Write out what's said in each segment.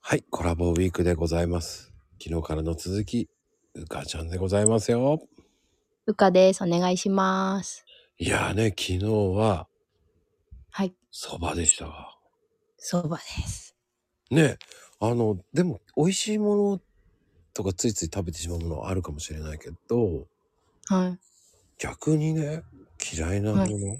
はい、コラボウィークでございます。昨日からの続き、うかちゃんでございますよ。 うかです。お願いします。 いやーね、昨日は、 はい。 そばでしたが。 そばです。 ね、でも、美味しいものとかついつい食べてしまうものはあるかもしれないけど、 はい。 逆にね、嫌いなもはい。 の、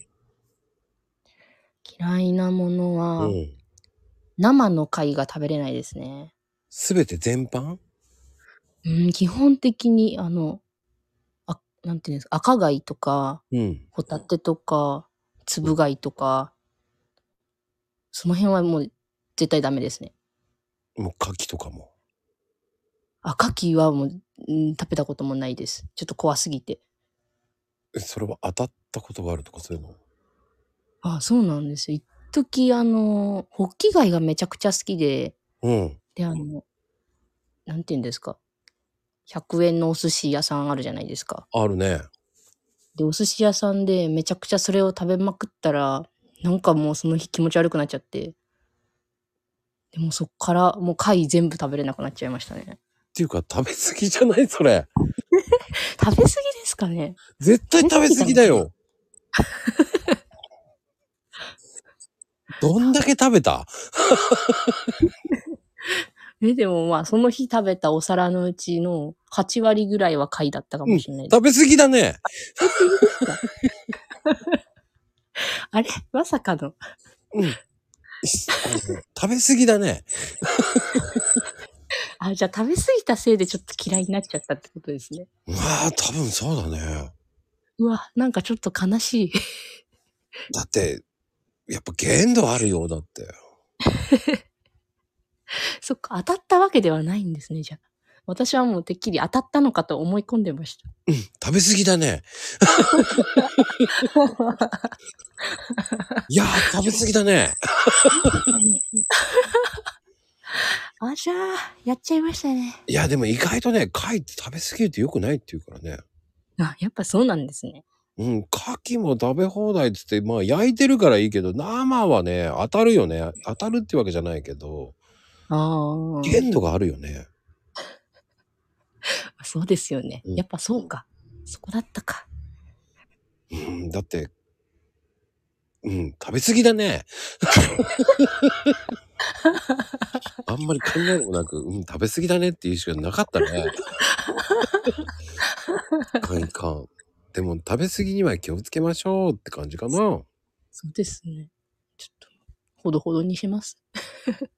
嫌いなものうは、 ん。 生の貝が食べれないですね。 すべて全般？ 基本的に、なんていうんですか、赤貝とか、 うん。 ホタテとか、つぶ貝とか、その辺はもう絶対ダメですね。 もう牡蠣とかも。 牡蠣はもう、食べたこともないです。ちょっと怖すぎて。 それは当たったことがあるとかそういうの？ あ、そうなんですよ。一時ホッキ貝がめちゃくちゃ好きで、 うん。 で、なんていうんですか、100円のお寿司屋さんあるじゃないですか。 あるね。 で、お寿司屋さんでめちゃくちゃそれを食べまくったら、なんかもうその日気持ち悪くなっちゃって、でもそっからもう貝全部食べれなくなっちゃいましたね。 っていうか、食べ過ぎじゃないそれ。 食べ過ぎですかね？ 絶対食べ過ぎだよ。どんだけ食べた？ でもまあ、その日食べたお皿のうちの8割ぐらいは貝だったかうん。 もしれないです。 食べ過ぎだね。 食べ過ぎですか？あれ？まさかの。 うん。食べ過ぎだね。 じゃあ食べ過ぎたせいでちょっと嫌いになっちゃったってことですね。 まあ、多分そうだね。 うわ、なんかちょっと悲しい。 だって、やっぱ限度あるよ、だって。 そっか、当たったわけではないんですね、じゃあ。私はもうてっきり当たったのかと思い込んでました。 うん、食べ過ぎだね。いやー、食べ過ぎだね。 じゃあ、やっちゃいましたね。 いや、でも意外とね、貝って食べ過ぎると良くないって言うからね。 やっぱそうなんですね。 うん、牡蠣も食べ放題っつって、まあ焼いてるからいいけど、生はね、当たるよね。当たるってわけじゃないけど、 あ限度があるよね。 あ、そうですよね。 うん。 やっぱそうか。そこだったか。 うん、だって、うん、食べ過ぎだね。あんまり考えるもなく、うん、食べ過ぎだねって言うしかなかったね。いかんいかん。でも食べ過ぎには気をつけましょうって感じかな。 そうですね。ちょっと、ほどほどにします。